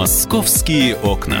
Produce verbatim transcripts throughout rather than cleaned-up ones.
«Московские окна».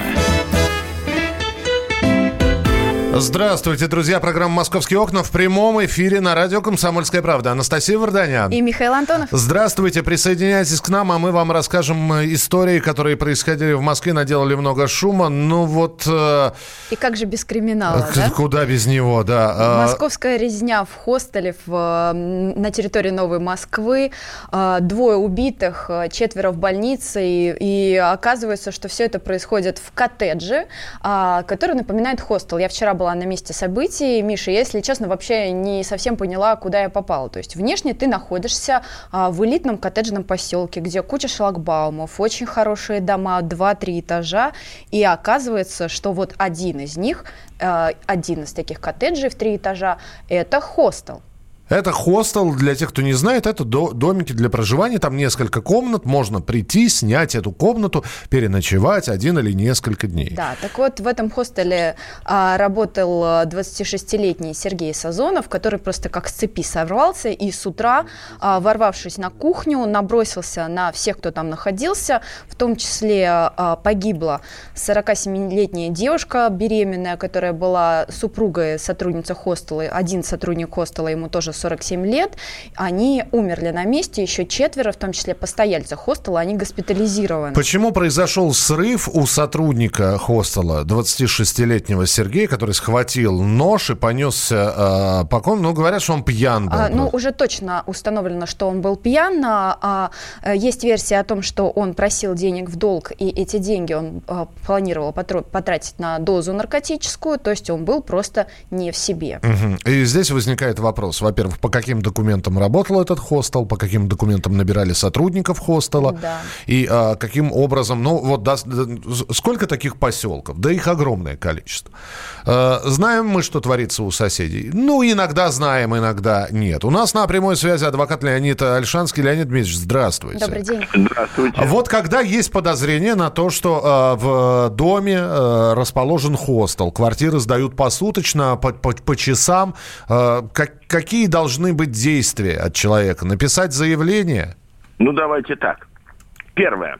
Здравствуйте, друзья. Программа «Московские окна» в прямом эфире на радио «Комсомольская правда». Анастасия Варданян. И Михаил Антонов. Здравствуйте. Присоединяйтесь к нам, а мы вам расскажем истории, которые происходили в Москве, наделали много шума. Ну вот... Э... И как же без криминала, к- да? Куда без него, да. Московская резня в хостеле в, на территории Новой Москвы. Двое убитых, четверо в больнице. И, и оказывается, что все это происходит в коттедже, который напоминает хостел. Я вчера была на месте событий. Миша, я, если честно, вообще не совсем поняла, куда я попала. То есть внешне ты находишься а, в элитном коттеджном поселке, где куча шлагбаумов, очень хорошие дома, два-три этажа. И оказывается, что вот один из них, а, один из таких коттеджей в три этажа, это хостел. Это хостел, для тех, кто не знает, это до- домики для проживания, там несколько комнат, можно прийти, снять эту комнату, переночевать один или несколько дней. Да, так вот в этом хостеле а, работал двадцатишестилетний Сергей Сазонов, который просто как с цепи сорвался и с утра, а, ворвавшись на кухню, набросился на всех, кто там находился, в том числе а, погибла сорокасемилетняя девушка беременная, которая была супругой сотрудницы хостела, один сотрудник хостела, ему тоже сорок семь лет, они умерли на месте, еще четверо, в том числе постояльцы хостела, они госпитализированы. Почему произошел срыв у сотрудника хостела, двадцатишестилетнего Сергея, который схватил нож и понесся э, по комнате? Ну, говорят, что он пьян был. А, ну, уже точно установлено, что он был пьян. А, а, есть версия о том, что он просил денег в долг, и эти деньги он а, планировал потро- потратить на дозу наркотическую, то есть он был просто не в себе. Угу. И здесь возникает вопрос. Во-первых, по каким документам работал этот хостел, по каким документам набирали сотрудников хостела, Да. и а, каким образом, ну вот да, сколько таких поселков? Да их огромное количество. А, знаем мы, что творится у соседей? Ну, иногда знаем, иногда нет. У нас на прямой связи адвокат Леонид Ольшанский. Леонид Дмитриевич, здравствуйте. Добрый день. Здравствуйте. Вот когда есть подозрение на то, что э, в доме э, расположен хостел, квартиры сдают посуточно, по, по, по часам, э, как, какие должны быть действия от человека? Написать заявление? Ну, давайте так. Первое.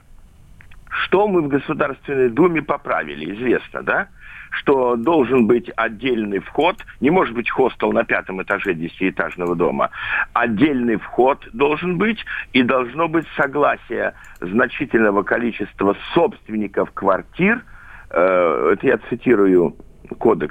Что мы в Государственной Думе поправили? Известно, да? Что должен быть отдельный вход. Не может быть хостел на пятом этаже десятиэтажного дома. Отдельный вход должен быть. И должно быть согласие значительного количества собственников квартир. Э, это я цитирую кодекс.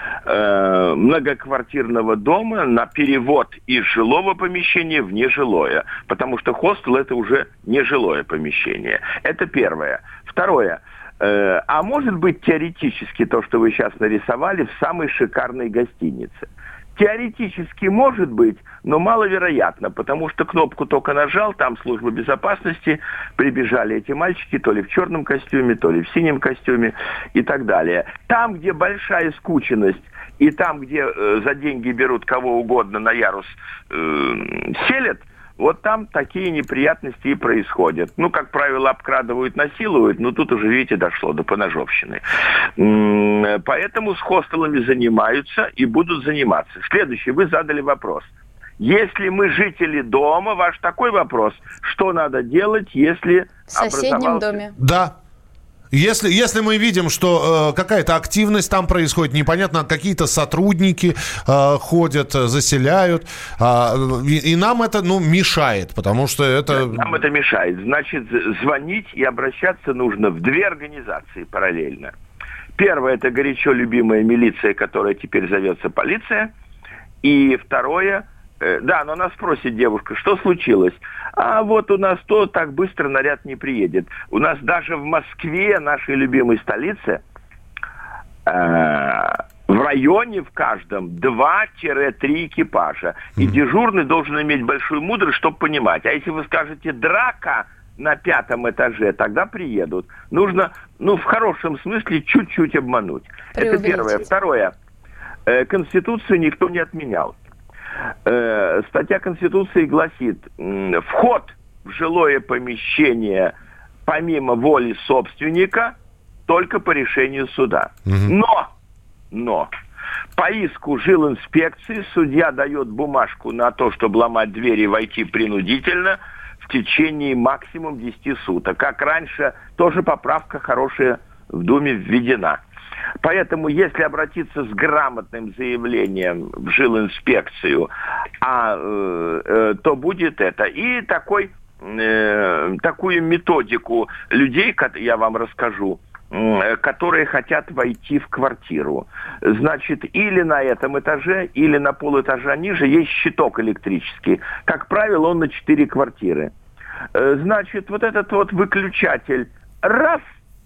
Э, многоквартирного дома на перевод из жилого помещения в нежилое. Потому что хостел – это уже нежилое помещение. Это первое. Второе. Э, а может быть теоретически то, что вы сейчас нарисовали, в самой шикарной гостинице? Теоретически может быть, но маловероятно, потому что кнопку только нажал, там служба безопасности, прибежали эти мальчики, то ли в черном костюме, то ли в синем костюме и так далее. Там, где большая скученность, и там, где э, за деньги берут кого угодно на ярус, э, селят, вот там такие неприятности и происходят. Ну, как правило, обкрадывают, насилуют, но тут уже, видите, дошло до поножовщины. М-м, поэтому с хостелами занимаются и будут заниматься. Следующий, вы задали вопрос. Если мы жители дома, ваш такой вопрос, что надо делать, если В соседнем образовался... доме. Да. Если, если мы видим, что э, какая-то активность там происходит, непонятно, какие-то сотрудники э, ходят, заселяют, э, и, и нам это, ну, мешает, потому что это... Нам это мешает. Значит, звонить и обращаться нужно в две организации параллельно. Первое, это горячо любимая милиция, которая теперь зовется полиция. И второе... Да, но нас спросит девушка, что случилось? А вот у нас то так быстро наряд не приедет. У нас даже в Москве, нашей любимой столице, э, в районе в каждом два-три экипажа. И дежурный должен иметь большую мудрость, чтобы понимать. А если вы скажете «драка» на пятом этаже, тогда приедут. Нужно, ну, в хорошем смысле, чуть-чуть обмануть. Это первое. Второе. Э, Конституцию никто не отменял. Э, статья Конституции гласит, э, вход в жилое помещение помимо воли собственника только по решению суда. Угу. Но, но по иску жилинспекции судья дает бумажку на то, чтобы ломать двери и войти принудительно в течение максимум десяти суток. Как раньше, тоже поправка хорошая в Думе введена. Поэтому, если обратиться с грамотным заявлением в жилинспекцию, а, э, то будет это. И такой, э, такую методику людей, я вам расскажу, э, которые хотят войти в квартиру. Значит, или на этом этаже, или на полэтажа ниже есть щиток электрический. Как правило, он на четыре квартиры. Э, значит, вот этот вот выключатель раз,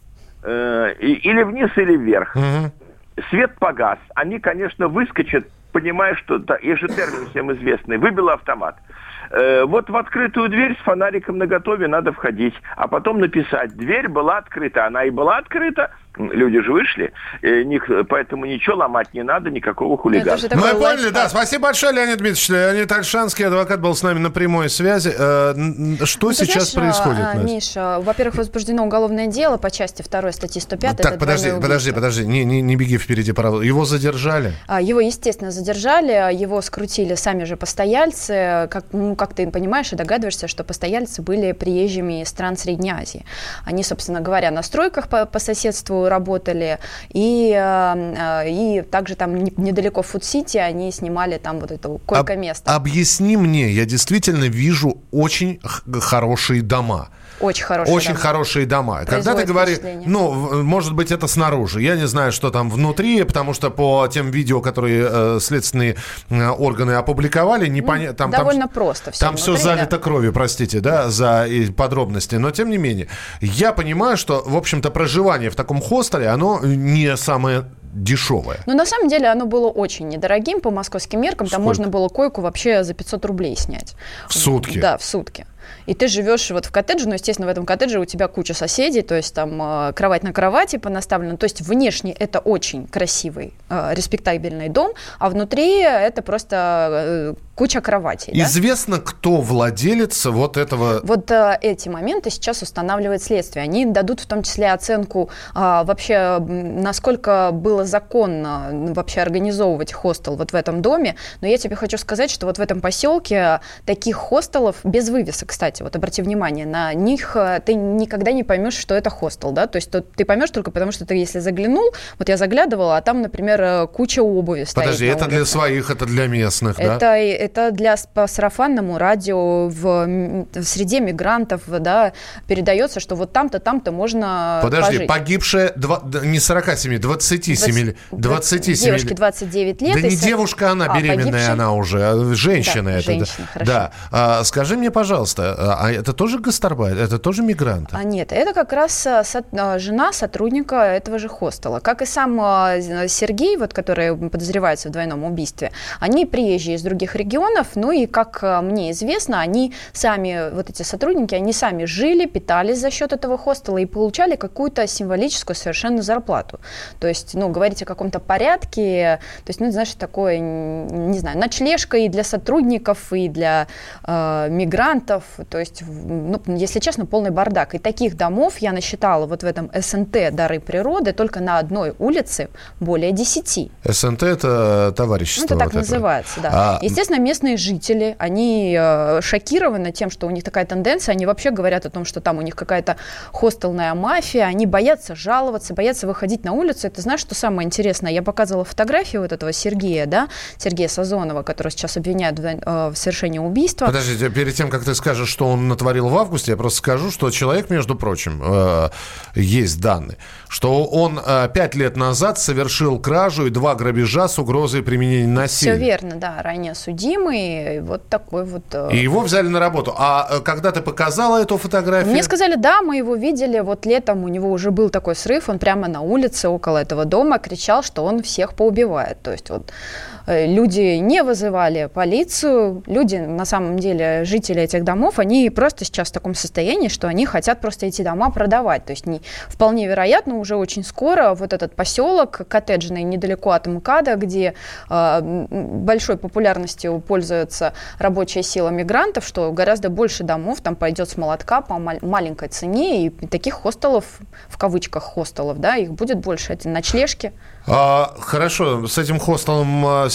или вниз, или вверх. Угу. Свет погас. Они, конечно, выскочат, понимая, что да, ежетермин всем известный. Выбил автомат. Э, вот в открытую дверь с фонариком наготове надо входить, а потом написать: дверь была открыта. Она и была открыта. Люди же вышли, э, них, поэтому ничего ломать не надо, никакого хулиганства. Мы поняли, да. Спасибо большое, Леонид Дмитриевич. Леонид Ольшанский, адвокат, был с нами на прямой связи. Э, что ну, сейчас знаешь, происходит, а, Миша, во-первых, возбуждено уголовное дело по части второй статьи сто пять. Так, подожди, подожди, подожди, не, не, не беги впереди паровоза. Его задержали? А, его, естественно, задержали, его скрутили сами же постояльцы. Как, ну, как ты понимаешь и догадываешься, что постояльцы были приезжими из стран Средней Азии. Они, собственно говоря, на стройках по, по соседству работали, и, и также там недалеко в Фуд-Сити они снимали там вот это койко-место. Об, объясни мне, я действительно вижу очень х- хорошие дома. Очень хорошие Очень дома. хорошие дома. Когда ты говоришь, ну, может быть, это снаружи. Я не знаю, что там внутри, потому что по тем видео, которые э, следственные э, органы опубликовали, непонятно. Там, довольно там, просто все. Там внутри, все залито да. кровью, простите, да, за подробности. Но, тем не менее, я понимаю, что, в общем-то, проживание в таком хостеле, оно не самое дешевое. Ну, на самом деле, оно было очень недорогим по московским меркам. Сколько? Там можно было койку вообще за пятьсот рублей снять. В сутки? Да, в сутки. И ты живешь вот в коттедже, но, естественно, в этом коттедже у тебя куча соседей, то есть там э, кровать на кровати понаставлена. То есть внешне это очень красивый, э, респектабельный дом, а внутри это просто э, куча кроватей. Известно, да? Кто владелец вот этого? Вот э, эти моменты сейчас устанавливает следствие. Они дадут в том числе оценку э, вообще, насколько было законно вообще организовывать хостел вот в этом доме. Но я тебе хочу сказать, что вот в этом поселке таких хостелов без вывесок, кстати, вот обрати внимание, на них ты никогда не поймешь, что это хостел, да, то есть то, ты поймешь только потому, что ты, если заглянул, вот я заглядывала, а там, например, куча обуви стоит. Подожди, это для своих, это для местных, это, да? Это для, по сарафанному радио в, в среде мигрантов, да, передается, что вот там-то, там-то можно Подожди, пожить. Погибшая два, не сорок семь, двадцать семь, двадцать семь. Девушке двадцать девять лет. Да не девушка она, а, беременная погибший? Она уже, а женщина да, это. Женщина, да. Да. А, скажи мне, пожалуйста, а это тоже гастарбайт, это тоже мигранты? А нет, это как раз со, жена сотрудника этого же хостела. Как и сам Сергей, вот, который подозревается в двойном убийстве, они приезжие из других регионов, ну и, как мне известно, они сами, вот эти сотрудники, они сами жили, питались за счет этого хостела и получали какую-то символическую совершенно зарплату. То есть, ну, говорить о каком-то порядке, то есть, ну, знаешь, такое, не знаю, ночлежка и для сотрудников, и для э, мигрантов. То есть, ну, если честно, полный бардак. И таких домов я насчитала вот в этом СНТ «Дары природы» только на одной улице более десяти. СНТ – это товарищество. Ну, это так вот называется, это. да. А... Естественно, местные жители, они э, шокированы тем, что у них такая тенденция. Они вообще говорят о том, что там у них какая-то хостелная мафия. Они боятся жаловаться, боятся выходить на улицу. Это, знаешь, что самое интересное? Я показывала фотографию вот этого Сергея, да, Сергея Сазонова, которого сейчас обвиняют в, э, в совершении убийства. Подождите, перед тем, как ты скажешь, что он натворил в августе, я просто скажу, что человек, между прочим, э, есть данные, что он э, пять лет назад совершил кражу и два грабежа с угрозой применения насилия. Все верно, да, ранее судимый, вот такой вот... Э... И его взяли на работу. А э, когда ты показала эту фотографию? Мне сказали, да, мы его видели, вот летом у него уже был такой срыв, он прямо на улице около этого дома кричал, что он всех поубивает. То есть вот люди не вызывали полицию, люди, на самом деле, жители этих домов, они просто сейчас в таком состоянии, что они хотят просто эти дома продавать. То есть не, вполне вероятно, уже очень скоро вот этот поселок коттеджный недалеко от МКАДа, где э, большой популярностью пользуется рабочая сила мигрантов, что гораздо больше домов там пойдет с молотка по мал- маленькой цене, и таких хостелов, в кавычках хостелов, да, их будет больше, эти ночлежки. А, хорошо, с этим хостелом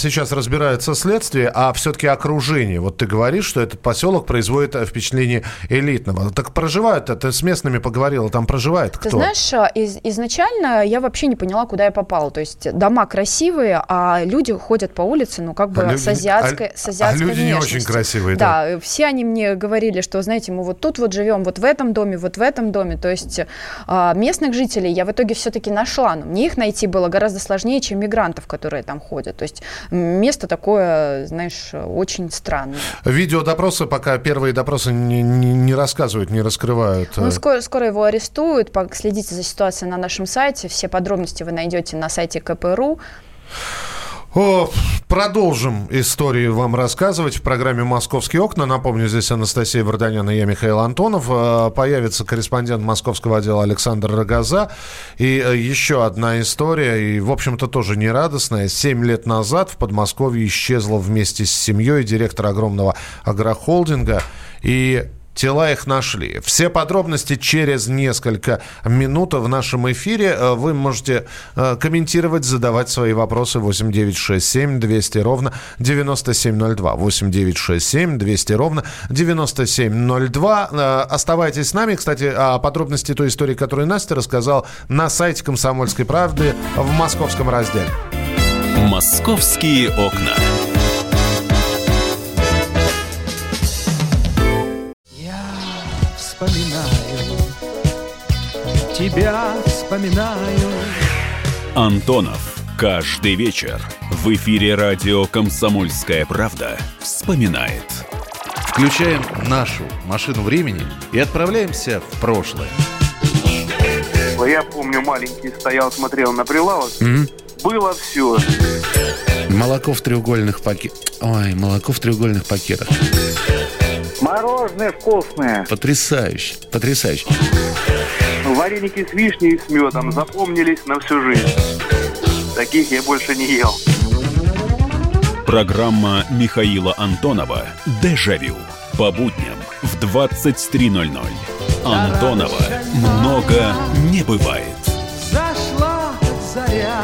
сейчас разбирается следствие, а все-таки окружение. Вот ты говоришь, что этот поселок производит впечатление элитного. Так проживают, ты с местными поговорила, там проживает кто? Ты знаешь, из, изначально я вообще не поняла, куда я попала. То есть дома красивые, а люди ходят по улице, ну, как бы а с азиатской, а, с азиатской а люди внешностью. не очень красивые, да. Да, Да, все они мне говорили, что, знаете, мы вот тут вот живем, вот в этом доме, вот в этом доме. То есть местных жителей я в итоге все-таки нашла, но мне их найти было гораздо сложнее, чем мигрантов, которые там ходят. То есть место такое, знаешь, очень странное. Видеодопросы, пока первые допросы не, не, не рассказывают, не раскрывают. Ну, скоро, скоро его арестуют. Следите за ситуацией на нашем сайте. Все подробности вы найдете на сайте ка пэ эр у. О, продолжим историю вам рассказывать в программе «Московские окна». Напомню, здесь Анастасия Варданян и я, Михаил Антонов. Появится корреспондент московского отдела Александр Рогоза. И еще одна история, и, в общем-то, тоже нерадостная. Семь лет назад в Подмосковье исчезла вместе с семьей директор огромного агрохолдинга. И тела их нашли. Все подробности через несколько минут в нашем эфире. Вы можете комментировать, задавать свои вопросы. восемь девятьсот шестьдесят семь двести ровно девяносто семь ноль два. восемь девятьсот шестьдесят семь двести ровно девяносто семь ноль два. Оставайтесь с нами. Кстати, о подробности той истории, которую Настя рассказала, на сайте «Комсомольской правды» в московском разделе. «Московские окна». Вспоминаю, тебя вспоминаю. Антонов. Каждый вечер в эфире радио «Комсомольская правда» вспоминает. Включаем нашу машину времени и отправляемся в прошлое. Я помню, маленький стоял, смотрел на прилавок. Mm-hmm. Было все. Молоко в треугольных пакетах. Ой, молоко в треугольных пакетах. Мороженое вкусное. Потрясающе, потрясающе. Вареники с вишней и с медом запомнились на всю жизнь. Таких я больше не ел. Программа Михаила Антонова «Дежавю». По будням в двадцать три ноль ноль. Антонова много не бывает. Зашла заря.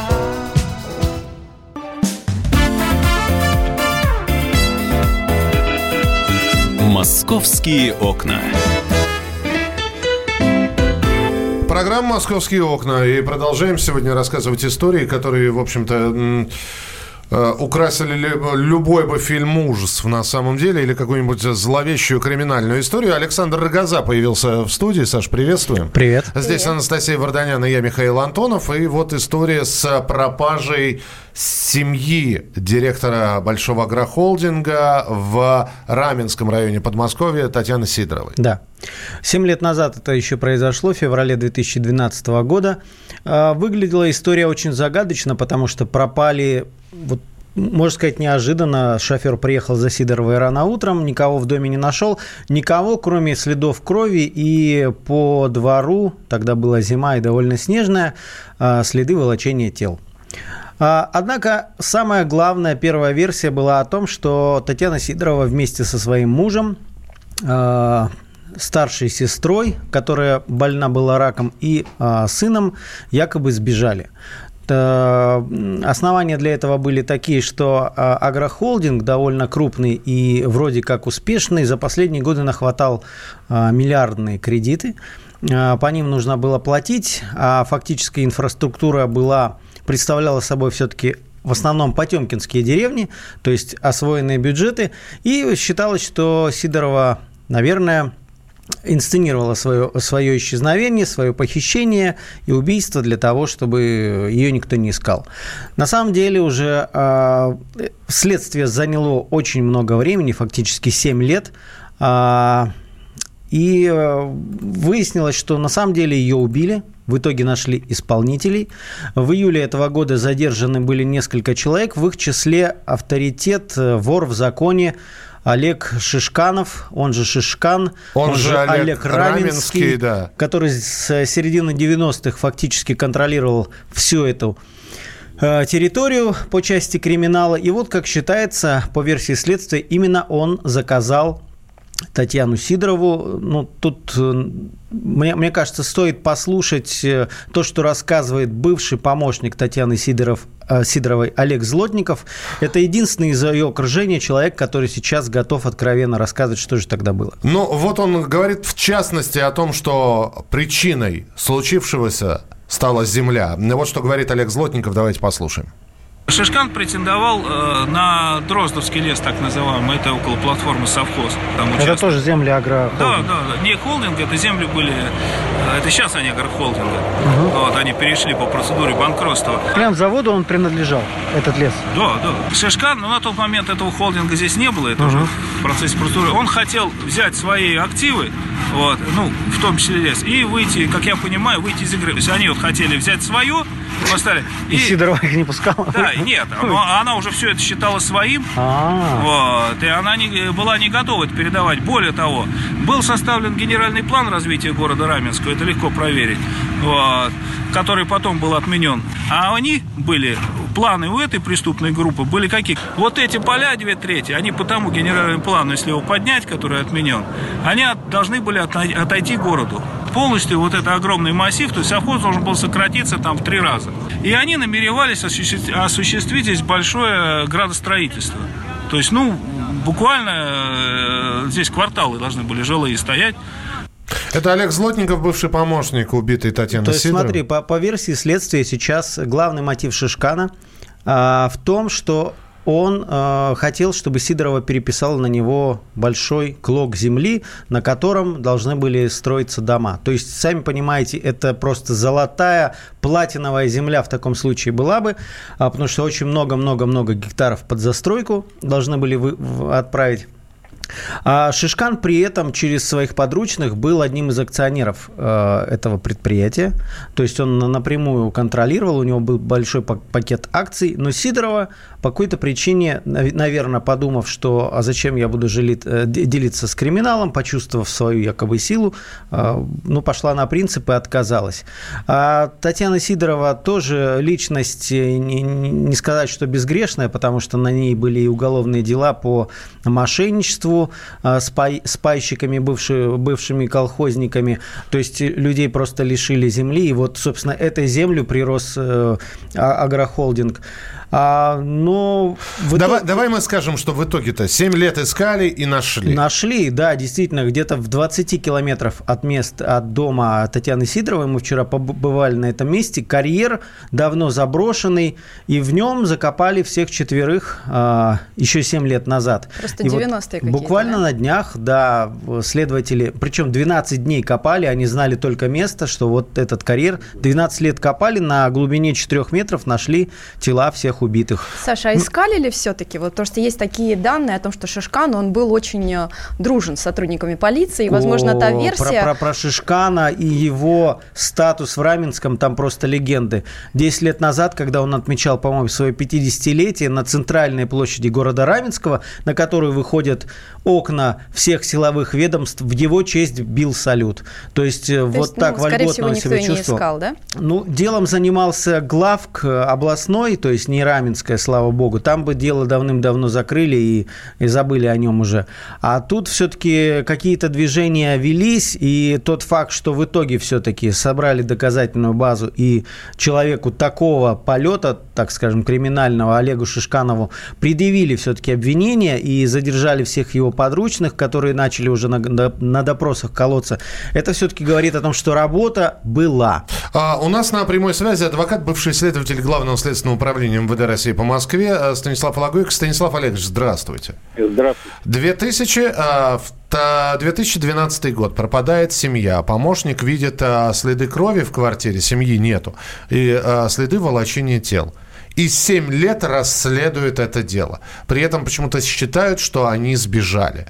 «Московские окна». Программа «Московские окна». И продолжаем сегодня рассказывать истории, которые, в общем-то, украсили любой бы фильм ужасов на самом деле, или какую-нибудь зловещую криминальную историю. Александр Рогоза появился в студии. Саш, приветствуем. Привет. Здесь Привет. Анастасия Варданян и я, Михаил Антонов. И вот история с пропажей семьи директора большого агрохолдинга в Раменском районе Подмосковья Татьяны Сидоровой. Да. Семь лет назад это еще произошло, в феврале две тысячи двенадцатого года. Выглядела история очень загадочно, потому что пропали, вот, можно сказать, неожиданно. Шофер приехал за Сидоровой рано утром, никого в доме не нашел, никого, кроме следов крови, и по двору, тогда была зима и довольно снежная, следы волочения тел. Однако самая главная первая версия была о том, что Татьяна Сидорова вместе со своим мужем, старшей сестрой, которая больна была раком, и сыном якобы сбежали. Основания для этого были такие, что агрохолдинг довольно крупный и вроде как успешный, за последние годы нахватал миллиардные кредиты, по ним нужно было платить, а фактически инфраструктура была, представляла собой все-таки в основном потемкинские деревни, то есть освоенные бюджеты, и считалось, что Сидорова, наверное, инсценировала свое, свое исчезновение, свое похищение и убийство для того, чтобы ее никто не искал. На самом деле уже э, следствие заняло очень много времени, фактически семь лет, э, и выяснилось, что на самом деле ее убили. В итоге нашли исполнителей. В июле этого года задержаны были несколько человек, в их числе авторитет, вор в законе Олег Шишканов, он же Шишкан, он, он же Олег, Олег Раменский, Раменский, да. который с середины девяностых фактически контролировал всю эту территорию по части криминала. И вот, как считается, по версии следствия, именно он заказал Татьяну Сидорову. Ну, тут, мне, мне кажется, стоит послушать то, что рассказывает бывший помощник Татьяны Сидоров, Сидоровой Олег Злотников. Это единственный из ее окружения человек, который сейчас готов откровенно рассказывать, что же тогда было. Ну, вот он говорит, в частности, о том, что причиной случившегося стала земля. Вот что говорит Олег Злотников. Давайте послушаем. Шишкан претендовал э, на Дроздовский лес, так называемый, это около платформы совхоз. Там это тоже земли агрохолдинга? Да, да, да. Не холдинг, это земли были, э, это сейчас они агрохолдинга. Угу. Вот, они перешли по процедуре банкротства. Прям заводу он принадлежал, этот лес? Да, да. Шишкан, ну на тот момент этого холдинга здесь не было, это угу. уже в процессе процедуры. Он хотел взять свои активы, вот, ну, в том числе лес, и выйти, как я понимаю, выйти из игры. То есть они вот хотели взять свое, поставили. И, и Сидорова их не пускала? Да, нет, но она уже все это считала своим, вот, и она не, была не готова это передавать. Более того, был составлен генеральный план развития города Раменского, это легко проверить, вот, который потом был отменен. А они были, планы у этой преступной группы были какие? Вот эти поля, две трети, они по тому генеральному плану, если его поднять, который отменен, они от, должны были от, отойти городу. Полностью вот это огромный массив, то есть совхоз должен был сократиться там в три раза. И они намеревались осуществить, осуществить здесь большое градостроительство. То есть, ну, буквально э, здесь кварталы должны были жилые стоять. Это Олег Злотников, бывший помощник убитой Татьяны Сидоровой. То есть, Сидоровой. Смотри, по, по версии следствия сейчас главный мотив Шишкана а, в том, что он э, хотел, чтобы Сидорова переписала на него большой клок земли, на котором должны были строиться дома. То есть, сами понимаете, это просто золотая, платиновая земля в таком случае была бы, а, потому что очень много-много-много гектаров под застройку должны были вы, в, отправить. А Шишкан при этом через своих подручных был одним из акционеров э, этого предприятия. То есть он напрямую контролировал, у него был большой пакет акций. Но Сидорова по какой-то причине, наверное, подумав, что а зачем я буду жилить, делиться с криминалом, почувствовав свою якобы силу, э, ну, пошла на принцип и отказалась. А Татьяна Сидорова тоже личность, не, не сказать, что безгрешная, потому что на ней были и уголовные дела по мошенничеству, с пайщиками, бывшими, бывшими колхозниками. То есть людей просто лишили земли. И вот, собственно, этой землю прирос э, агрохолдинг. А, но давай, итоге... давай мы скажем, что в итоге-то семь лет искали и нашли. Нашли, да, действительно, где-то в двадцати километров от мест, от дома Татьяны Сидоровой, мы вчера побывали на этом месте, карьер давно заброшенный, и в нем закопали всех четверых а, еще семь лет назад. Просто и девяностые вот какие-то. Буквально да? на днях, да, следователи, причем двенадцать дней копали, они знали только место, что вот этот карьер, двенадцать лет копали, на глубине четырёх метров нашли тела всех убитых. Саша, а искали ли все-таки? Вот, потому что есть такие данные о том, что Шишкан, он был очень дружен с сотрудниками полиции, и, возможно, О, та версия... Про, про, про Шишкана и его статус в Раменском там просто легенды. Десять лет назад, когда он отмечал, по-моему, свое пятидесятилетие на центральной площади города Раменского, на которую выходят окна всех силовых ведомств, в его честь бил салют. То есть, То вот есть, так ну, вольготно он себя чувствовал. Не искал, да? Ну, делом занимался главк областной, то есть не Раменская, слава богу. Там бы дело давным-давно закрыли и, и забыли о нем уже. А тут все-таки какие-то движения велись, и тот факт, что в итоге все-таки собрали доказательную базу, и человеку такого полета, так скажем, криминального, Олегу Шишканову, предъявили все-таки обвинения и задержали всех его подручных, которые начали уже на, на, на допросах колоться. Это все-таки говорит о том, что работа была. А, у нас на прямой связи адвокат, бывший следователь Главного следственного управления эм вэ дэ России по Москве Станислав Алагуйко. Станислав Олегович, здравствуйте. Здравствуйте. две тысячи двенадцатый год. Пропадает семья. Помощник видит а, следы крови в квартире. Семьи нету. И а, следы волочения тел. И семь лет расследуют это дело. При этом почему-то считают, что они сбежали.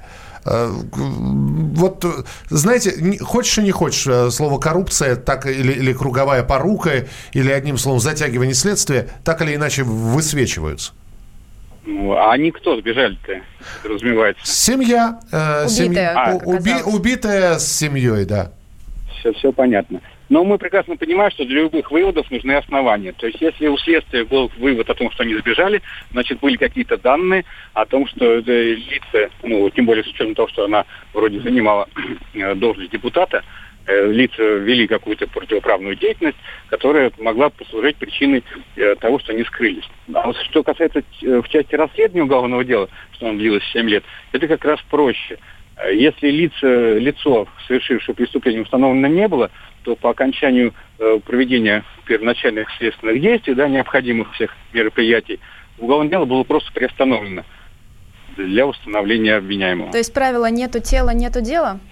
Вот, знаете, хочешь и не хочешь, слово коррупция, так или, или круговая порука, или, одним словом, затягивание следствия, так или иначе высвечиваются. А они кто сбежали-то, разумеется? Семья. Э, убитая. Семья, а, уби, убитая с семьей, да. Все, все понятно. Но мы прекрасно понимаем, что для любых выводов нужны основания. То есть если у следствия был вывод о том, что они сбежали, значит, были какие-то данные о том, что лица, ну, тем более с учетом того, что она вроде занимала должность депутата, лица вели какую-то противоправную деятельность, которая могла послужить причиной того, что они скрылись. А вот что касается в части расследования уголовного дела, что оно длилось семь лет, это как раз проще. Если лицо, лицо, совершившее преступление, установлено не было, то по окончанию э, проведения первоначальных следственных действий, да, необходимых всех мероприятий, уголовное дело было просто приостановлено для установления обвиняемого. То есть правило «нету тела, нету дела»?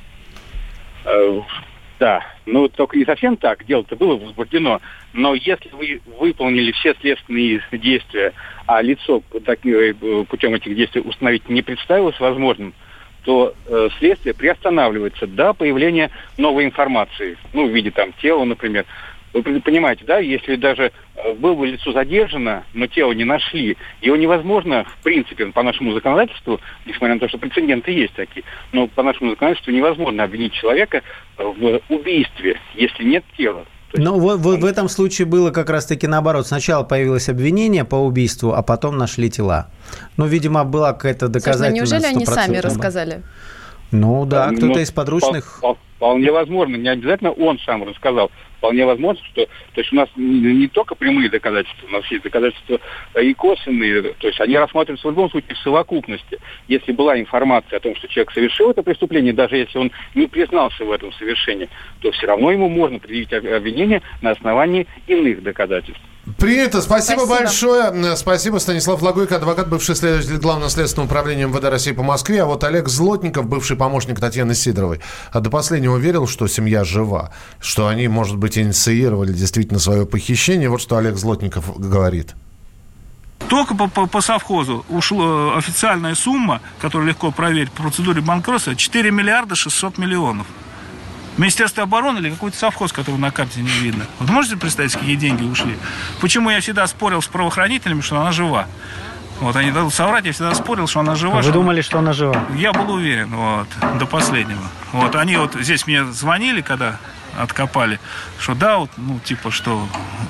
Э, да, ну только не совсем так, дело-то было возбуждено, но если вы выполнили все следственные действия, а лицо так, путем этих действий установить не представилось возможным, то э, следствие приостанавливается до появления новой информации, ну, в виде там тела, например. Вы понимаете, да, если даже э, было бы лицо задержано, но тело не нашли, его невозможно, в принципе, по нашему законодательству, несмотря на то, что прецеденты есть такие, но по нашему законодательству невозможно обвинить человека в убийстве, если нет тела. Ну, вот, вот в этом случае было как раз-таки наоборот. Сначала появилось обвинение по убийству, а потом нашли тела. Ну, видимо, была какая-то доказательность. Слушай, неужели они сами рассказали? Ну, да, кто-то ну, из подручных... Вполне возможно, не обязательно он сам рассказал. Вполне возможно, что то есть у нас не, не только прямые доказательства, у нас есть доказательства и косвенные, то есть они рассматриваются в любом случае в совокупности. Если была информация о том, что человек совершил это преступление, даже если он не признался в этом совершении, то все равно ему можно предъявить обвинение на основании иных доказательств. Принято. Спасибо, Спасибо большое. Спасибо. Станислав Логойко, адвокат, бывший следователь Главного следственного управления эм вэ дэ России по Москве. А вот Олег Злотников, бывший помощник Татьяны Сидоровой, до последнего верил, что семья жива, что они, может быть, инициировали действительно свое похищение. Вот что Олег Злотников говорит. Только по, по, по совхозу ушла официальная сумма, которую легко проверить по процедуре банкротства, четыре миллиарда шестьсот миллионов. Министерство обороны или какой-то совхоз, который на карте не видно. Вот можете представить, какие деньги ушли? Почему я всегда спорил с правоохранителями, что она жива? Вот они дадут соврать, я всегда спорил, что она жива. Вы что думали, она... что она жива? Я был уверен, вот, до последнего. Вот они вот здесь мне звонили, когда откопали, что да, вот, ну, типа, что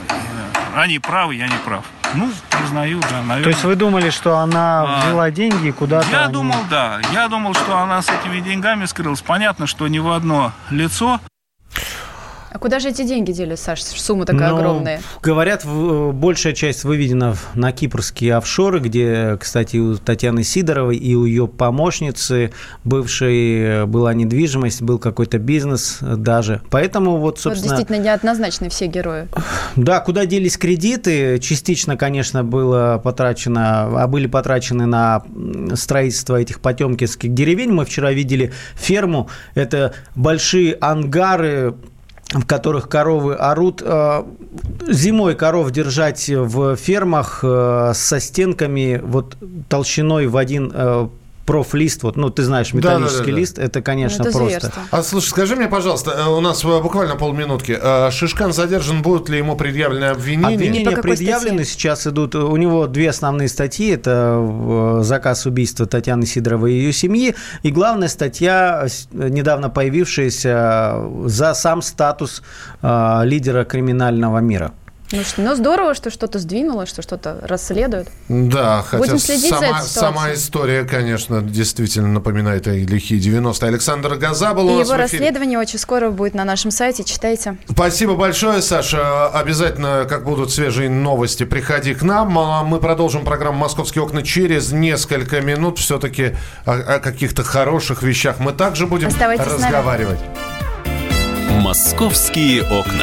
они правы, я не прав. Ну, признаю, да, наверное. То есть вы думали, что она взяла а, деньги куда-то? Я они... думал, да. Я думал, что она с этими деньгами скрылась. Понятно, что ни в одно лицо. А куда же эти деньги делись, Саш? Сумма такая ну, огромная. Говорят, большая часть выведена на кипрские офшоры, где, кстати, у Татьяны Сидоровой и у ее помощницы бывшей была недвижимость, был какой-то бизнес даже. Поэтому вот, собственно... Вот действительно неоднозначны все герои. Да, куда делись кредиты? Частично, конечно, было потрачено, а были потрачены на строительство этих потемкинских деревень. Мы вчера видели ферму. Это большие ангары, в которых коровы орут. Зимой коров держать в фермах со стенками вот толщиной в один профлист, вот, ну, ты знаешь, металлический да, да, да, лист, да. Это, конечно, это просто. Зверство. А слушай, скажи мне, пожалуйста, у нас буквально полминутки. Шишкан задержан, будут ли ему предъявлены обвинения? Обвинения предъявлены, статье? Сейчас идут. У него две основные статьи. Это заказ убийства Татьяны Сидоровой и ее семьи. И главная статья, недавно появившаяся, за сам статус э, лидера криминального мира. Ну, что, ну, здорово, что что-то сдвинуло, что что-то расследуют. Да, хотя Будем следить сама, за этой ситуацией. Сама история, конечно, действительно напоминает и лихие девяностые. Александр Газа был и у нас его в эфире. Расследование очень скоро будет на нашем сайте, читайте. Спасибо большое, Саша. Обязательно, как будут свежие новости, приходи к нам. Мы продолжим программу «Московские окна» через несколько минут. Все-таки о, о каких-то хороших вещах мы также будем Оставайтесь разговаривать. «Московские окна».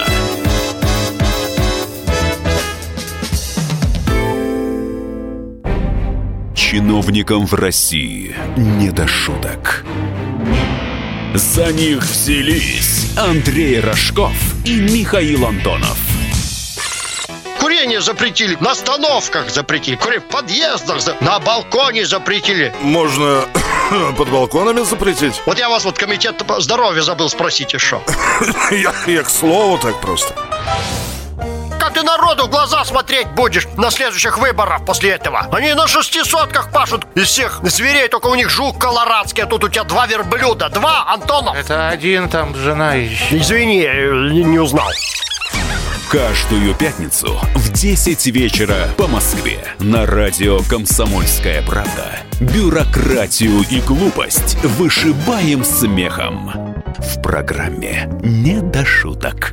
Чиновникам в России не до шуток. За них взялись Андрей Рожков и Михаил Антонов. Курение запретили, на остановках запретили, курение в подъездах, на балконе запретили. Можно под балконами запретить? Вот я вас вот комитет здоровья забыл, спросите, что. я, я к слову так просто. Как ты народу в глаза смотреть будешь на следующих выборах после этого? Они на шестисотках пашут из всех зверей, только у них жук колорадский, а тут у тебя два верблюда. Два, Антонов. Это один, там жена еще. Извини, не, не узнал. Каждую пятницу в десять вечера по Москве на радио «Комсомольская правда». Бюрократию и глупость вышибаем смехом. В программе «Не до шуток».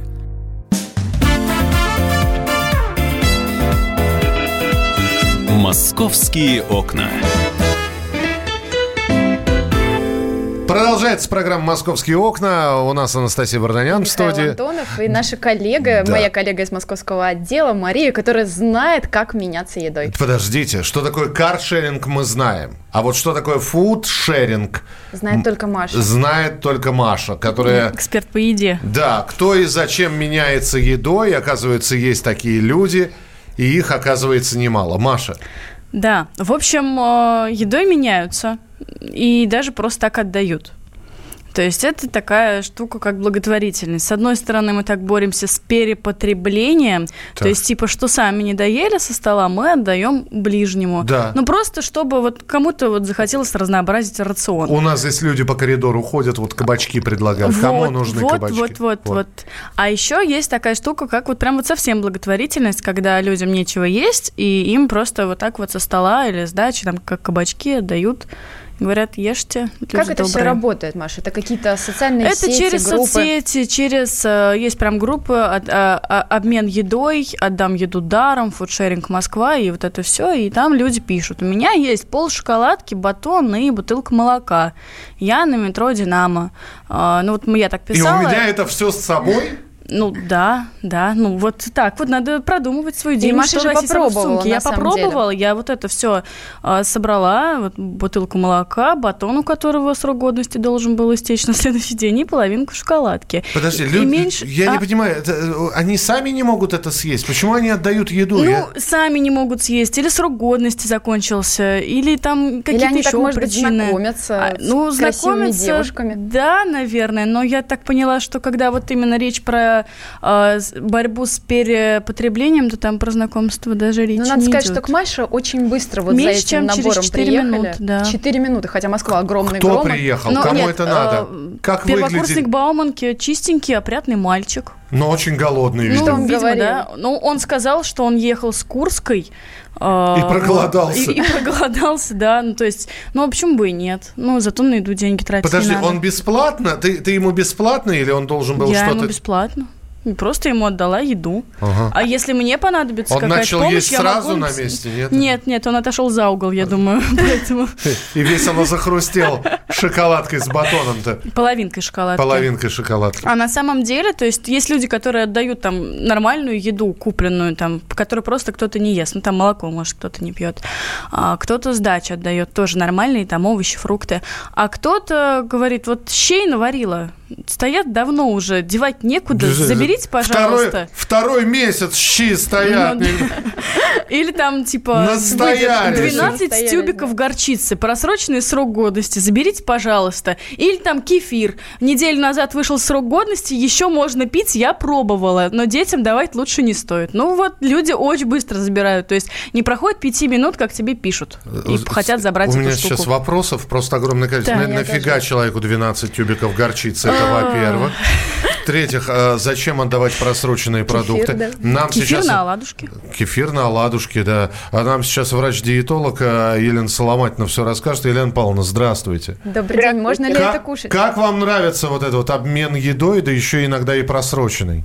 «Московские окна». Продолжается программа «Московские окна». У нас Анастасия Варданян в студии. Михаил Антонов и наша коллега, да. моя коллега из московского отдела Мария, которая знает, как меняться едой. Подождите, что такое каршеринг, мы знаем. А вот что такое фудшеринг? Знает только Маша. Знает только Маша, которая... Эксперт по еде. Да, кто и зачем меняется едой. Оказывается, есть такие люди, и их, оказывается, немало. Маша. Да, в общем, едой меняются. И даже просто так отдают. То есть это такая штука, как благотворительность. С одной стороны, мы так боремся с перепотреблением. Так. То есть, типа, что сами не доели со стола, мы отдаем ближнему. Да. Ну, просто чтобы вот кому-то вот захотелось разнообразить рацион. У нас здесь люди по коридору ходят, вот кабачки предлагают. Вот, Кому нужны вот, кабачки? Вот, вот, вот, вот. А еще есть такая штука, как вот прям вот совсем благотворительность, когда людям нечего есть, и им просто вот так вот со стола или с дачи, там, как кабачки отдают. Говорят, ешьте. Как это добрые. Все работает, Маша? Это какие-то социальные это сети, через группы? соцсети, через... Есть прям группы, от, а, обмен едой, отдам еду даром, фудшеринг Москва, и вот это все. И там люди пишут. У меня есть пол шоколадки, батон и бутылка молока. Я на метро «Динамо». А, ну вот я так писала. И у меня это все с собой? Ну, да, да, ну вот так вот надо продумывать свой день. И Маша же попробовала, Я попробовала, деле. я вот это все а, собрала, вот, бутылку молока, батон, у которого срок годности должен был истечь на следующий день, и половинку шоколадки. Подожди, люди, меньше... я а... не понимаю, это, они сами не могут это съесть? Почему они отдают еду? Ну, я... сами не могут съесть, или срок годности закончился, или там какие-то или они еще так, может причины. Быть, знакомятся а, ну, с красивыми знакомятся, девушками. Да, наверное, но я так поняла, что когда вот именно речь про борьбу с перепотреблением, то там про знакомство даже речи не идет. Ну, надо сказать, идет. Что к Маше очень быстро вот Меньше, за этим набором приехали. Минут, да. четыре минуты, хотя Москва огромный Кто громад. приехал? Ну, Кому нет, это надо? Э, как первокурсник выглядит? Бауманки, чистенький, опрятный мальчик. Но очень голодный, видимо. Ну, что он видимо, говорил? Да. Ну, он сказал, что он ехал с Курской. Э, и проголодался. И, и проголодался, да. Ну, то есть, ну, а почему бы и нет? Ну, зато на еду деньги тратить Подожди, не надо. он бесплатно? Ты, ты ему бесплатно или он должен был Я что-то... ему бесплатно. Просто ему отдала еду. Ага. А если мне понадобится он какая-то помощь... Он начал есть я сразу могу... на месте, нет? Нет, нет, он отошел за угол, я думаю, поэтому... И весело захрустел шоколадкой с батоном-то. Половинкой шоколадки. Половинкой шоколадки. А на самом деле, то есть, есть люди, которые отдают там нормальную еду, купленную, там, которую просто кто-то не ест. Ну, там молоко, может, кто-то не пьет. А кто-то с дачи отдает тоже нормальные, там, овощи, фрукты. А кто-то говорит, вот щей наварила, стоят давно уже, девать некуда, заберите, пожалуйста. Второй, второй месяц щи стоят. Ну, да. Или там, типа, двенадцать Настояли, тюбиков да. горчицы, просроченный срок годности, заберите, пожалуйста. Или там кефир. Неделю назад вышел срок годности, еще можно пить, я пробовала, но детям давать лучше не стоит. Ну вот, люди очень быстро забирают, то есть не проходит пяти минут, как тебе пишут, и хотят забрать эту штуку. У меня сейчас вопросов просто огромное количество. Да, нафига тоже. Человеку двенадцать тюбиков горчицы, это во-первых. В-третьих, зачем отдавать просроченные продукты? Кефир, да. Нам Кефир сейчас... на оладушке. Кефир на оладушке, да. А нам сейчас врач-диетолог Елена Соломатина все расскажет. Елена Павловна, здравствуйте. Добрый день. Можно ли как, это кушать? Как вам нравится вот этот вот обмен едой, да еще иногда и просроченный?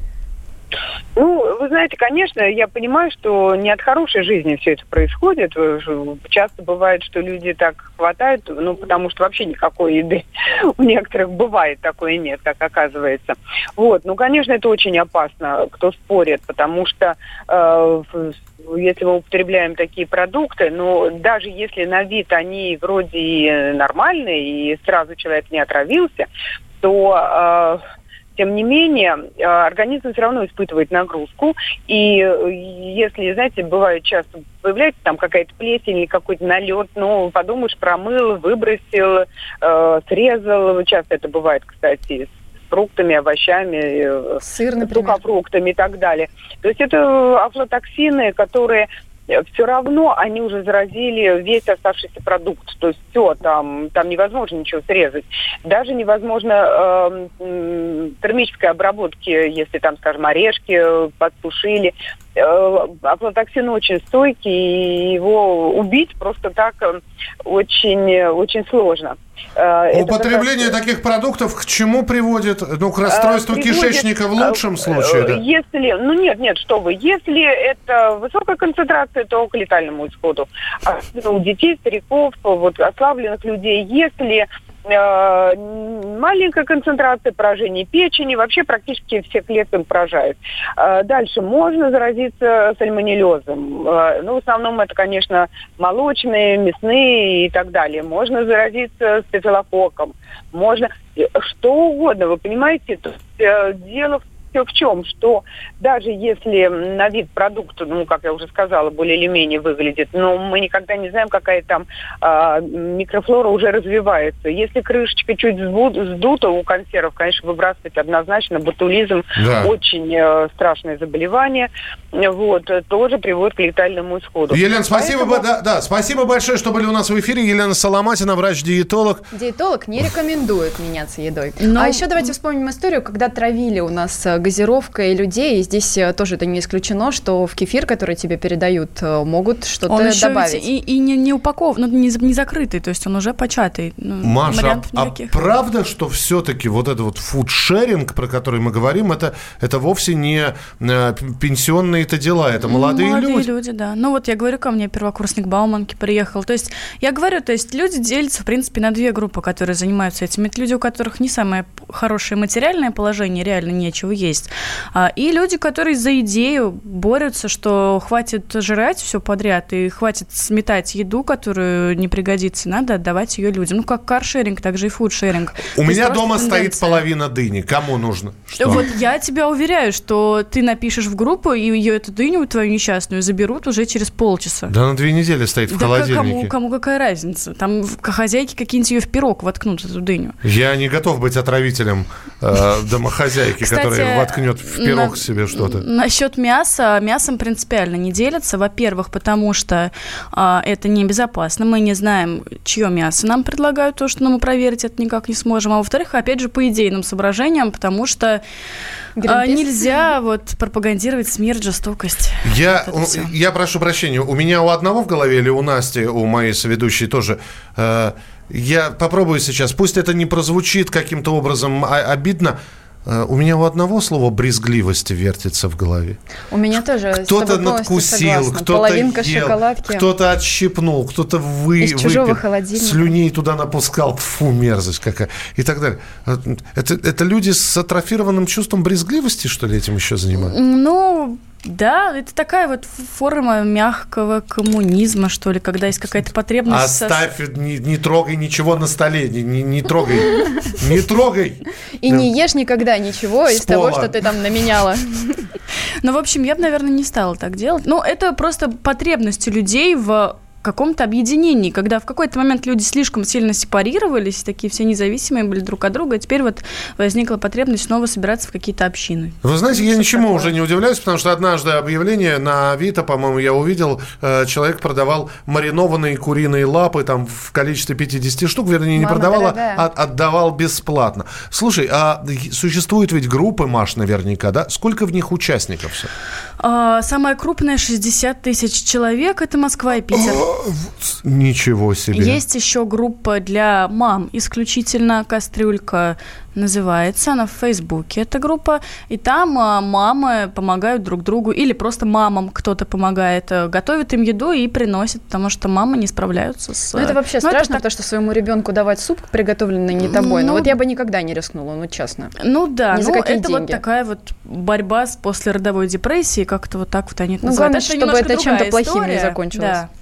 Ну, вы знаете, конечно, я понимаю, что не от хорошей жизни все это происходит. Часто бывает, что люди так хватают, ну, потому что вообще никакой еды у некоторых бывает, такое нет, как оказывается. Вот, ну, конечно, это очень опасно, кто спорит, потому что э, если мы употребляем такие продукты, ну, даже если на вид они вроде и нормальные, и сразу человек не отравился, то... Э, Тем не менее, организм все равно испытывает нагрузку, и если, знаете, бывает часто, появляется там какая-то плесень или какой-то налет, ну, подумаешь, промыл, выбросил, э, срезал, часто это бывает, кстати, с фруктами, овощами, сыр, например, сухофруктами и так далее. То есть это афлатоксины, которые все равно они уже заразили весь оставшийся продукт. То есть все, там, там невозможно ничего срезать. Даже невозможно э, э, термической обработки, если там, скажем, орешки подсушили. Э, афлатоксин очень стойкий, и его убить просто так очень, очень сложно. Употребление это, таких продуктов к чему приводит? Ну, к расстройству приводит, кишечника в лучшем случае, да? Если, ну нет, нет, что вы, если это высокая концентрация, то к летальному исходу. А у детей, стариков, вот, ослабленных людей, если э, маленькая концентрация поражения печени, вообще практически все клетки поражают. Э, дальше можно заразиться сальмонеллезом. Э, ну, в основном это, конечно, молочные, мясные и так далее. Можно заразиться стафилококком, можно что угодно, вы понимаете? То есть, э, дело в в чем, что даже если на вид продукта, ну, как я уже сказала, более или менее выглядит, но мы никогда не знаем, какая там э, микрофлора уже развивается. Если крышечка чуть сдута у консервов, конечно, выбрасывать однозначно. Ботулизм, да. очень э, страшное заболевание, вот, тоже приводит к летальному исходу. Елена, спасибо, Поэтому... да, да, спасибо большое, что были у нас в эфире. Елена Соломатина, врач-диетолог. Диетолог не рекомендует меняться едой. Но... А еще давайте вспомним историю, когда травили у нас газировкой людей, и здесь тоже это не исключено, что в кефир, который тебе передают, могут что-то он еще добавить. И, и не, не упакован, ну, не, не закрытый, то есть он уже початый. Ну, Маша, а, а правда, что все-таки вот этот вот фудшеринг, про который мы говорим, это, это вовсе не э, пенсионные-то дела, это молодые, молодые люди? Молодые люди, да. Ну вот я говорю, ко мне первокурсник Бауманки приехал. То есть я говорю, то есть люди делятся, в принципе, на две группы, которые занимаются этим. Это люди, у которых не самое хорошее материальное положение, реально нечего есть. И люди, которые за идею борются, что хватит жрать все подряд и хватит сметать еду, которую не пригодится, надо отдавать ее людям. Ну, как каршеринг, так же и фудшеринг. У То меня дома тенденция. Стоит половина дыни. Кому нужно? Что? Вот я тебя уверяю, что ты напишешь в группу, и ее, эту дыню твою несчастную, заберут уже через полчаса. Да на две недели стоит в да холодильнике. Кому, кому какая разница? Там хозяйки какие-нибудь ее в пирог воткнут, эту дыню. Я не готов быть отравителем э, домохозяйки, Кстати, которая воткнет в пирог на, себе что-то. Насчет мяса. Мясом принципиально не делятся. Во-первых, потому что а, это небезопасно. Мы не знаем, чье мясо нам предлагают, то, что мы проверить это никак не сможем. А во-вторых, опять же, по идейным соображениям, потому что а, нельзя вот пропагандировать смерть, жестокость. Я, вот я прошу прощения, у меня у одного в голове или у Насти, у моей соведущей тоже... Э, я попробую сейчас, пусть это не прозвучит каким-то образом обидно, у меня у одного слова брезгливости вертится в голове. У меня тоже. Кто-то надкусил, кто-то Половинка ел, шоколадки. Кто-то отщипнул, кто-то вы, из чужого выпил, холодильника. слюней туда напускал. Фу, мерзость какая. И так далее. Это, это люди с атрофированным чувством брезгливости, что ли, этим еще занимаются? Ну... Да, это такая вот форма мягкого коммунизма, что ли, когда есть какая-то потребность... Оставь, со... не, не трогай ничего на столе, не, не, не трогай, не трогай. И не ешь никогда ничего из того, что ты там наменяла. Ну, в общем, я бы, наверное, не стала так делать. Ну, это просто потребности людей в... каком-то объединении, когда в какой-то момент люди слишком сильно сепарировались, такие все независимые были друг от друга, и теперь вот возникла потребность снова собираться в какие-то общины. Вы знаете, я ничему уже не удивляюсь, потому что однажды объявление на Авито, по-моему, я увидел, человек продавал маринованные куриные лапы там в количестве пятьдесят штук, вернее, не Мама продавал, дорогая. а отдавал бесплатно. Слушай, а существуют ведь группы, Маш, наверняка, да? Сколько в них участников? А, самая крупная шестьдесят тысяч человек, это Москва и Питер. Ничего себе. Есть еще группа для мам, исключительно «Кастрюлька» называется, она в Фейсбуке, эта группа, и там мамы помогают друг другу, или просто мамам кто-то помогает, готовит им еду и приносит, потому что мамы не справляются с... Ну, это вообще ну, страшно, это так... потому что своему ребенку давать суп, приготовленный не тобой, ну, но вот я бы никогда не рискнула, ну, честно. Ну, да, Ни ну, за какие это деньги. Вот такая вот борьба с послеродовой депрессией, как-то вот так вот они это ну, называют. главное, это чтобы это чем-то плохим не закончилось. Да.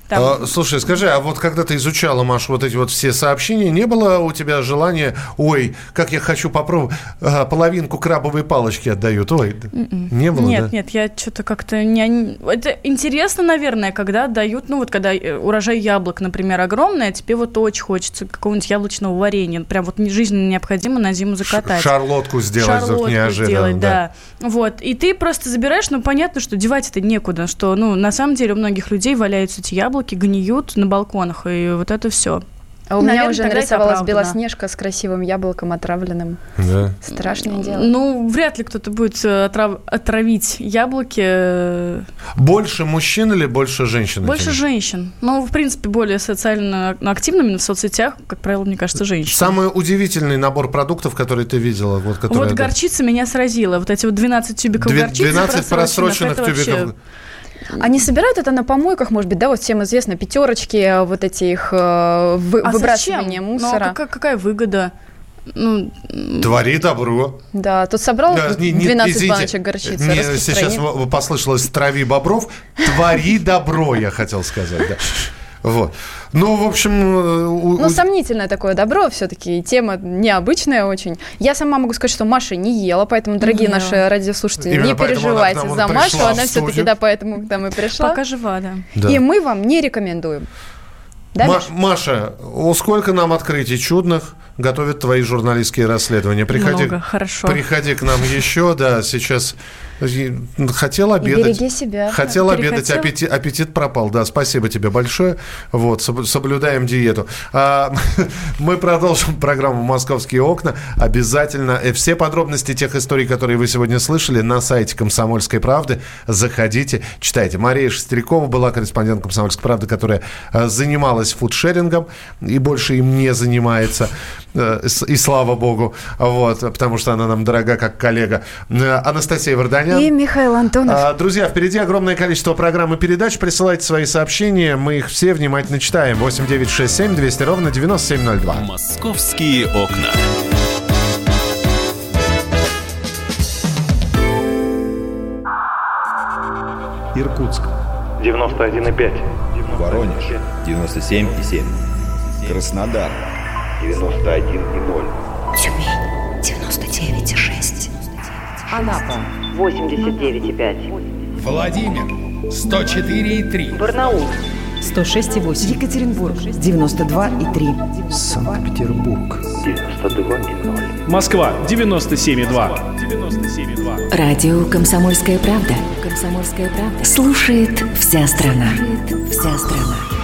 Там... А, слушай, скажи, а вот когда ты изучала, Маша, вот эти вот все сообщения, не было у тебя желания, ой, как я хочу попробовать, а, половинку крабовой палочки отдают, ой, Mm-mm. не было, Нет, да? нет, я что-то как-то не... Это интересно, наверное, когда дают, ну вот когда урожай яблок, например, огромный, а тебе вот очень хочется какого-нибудь яблочного варенья, прям вот жизненно необходимо на зиму закатать. Шарлотку сделать Шарлотку вдруг неожиданно. сделать, да. да. Вот, и ты просто забираешь, ну понятно, что девать это некуда, что, ну, на самом деле у многих людей валяются эти яблоки, гниют на балконах, и вот это все. А у Наверное, меня уже тогда нарисовалась это Белоснежка с красивым яблоком отравленным. Да. Страшное дело. Ну, вряд ли кто-то будет отрав... отравить яблоки. Больше мужчин или больше женщин? Больше этим? женщин. Ну, в принципе, более социально активными в соцсетях, как правило, мне кажется, женщины. Самый удивительный набор продуктов, который ты видела? Вот, который... вот горчица меня сразила. Вот эти вот двенадцать тюбиков Две... горчицы двенадцать просроченных, просроченных тюбиков. Вообще... Они собирают это на помойках, может быть, да, вот всем известно, пятерочки, вот эти их э, вы, а выбрасывания зачем? мусора. Ну, а какая, какая выгода? Ну, твори добро. Да, тут собрал да, не, не, двенадцать извините, баночек горчицы. Не, сейчас послышалось «трави бобров». Твори добро, я хотел сказать, да. Вот. Ну, в общем... У, ну, у... сомнительное такое добро все-таки, тема необычная очень. Я сама могу сказать, что Маша не ела, поэтому, дорогие не наши радиослушатели, Именно не переживайте за Машу, она все-таки, да, поэтому к нам и пришла. Пока жива, да. да. И мы вам не рекомендуем. Да, Ма- Маша, сколько нам открытий чудных готовят твои журналистские расследования? Приходи, Много, хорошо. Приходи к нам еще, да, сейчас... Хотел обедать. И береги себя. Хотел обедать, аппетит, аппетит пропал. Да, спасибо тебе большое. Вот, соблюдаем диету. А, мы продолжим программу «Московские окна». Обязательно. Все подробности тех историй, которые вы сегодня слышали, на сайте «Комсомольской правды». Заходите, читайте. Мария Шестерякова была корреспондент «Комсомольской правды», которая занималась фудшерингом и больше им не занимается. И слава богу. Вот, потому что она нам дорога как коллега. Анастасия Варданян. И Михаил Антонов. Друзья, впереди огромное количество программ и передач. Присылайте свои сообщения. Мы их все внимательно читаем. восемь девятьсот шестьдесят семь двести ровно девяносто семь ноль два. Московские окна. Иркутск. девяносто один и пять. Воронеж. девяносто семь и семь. Краснодар. девяносто один и ноль. Тюмень. девяносто девять и шесть. Анапа восемьдесят девять и пять. Владимир сто четыре и три. Барнаул сто шесть и восемь. Екатеринбург девяносто два и три. Санкт-Петербург девяносто два и ноль. Москва девяносто семь и два. Радио «Комсомольская правда». «Комсомольская правда». Слушает вся страна. Слушает вся страна.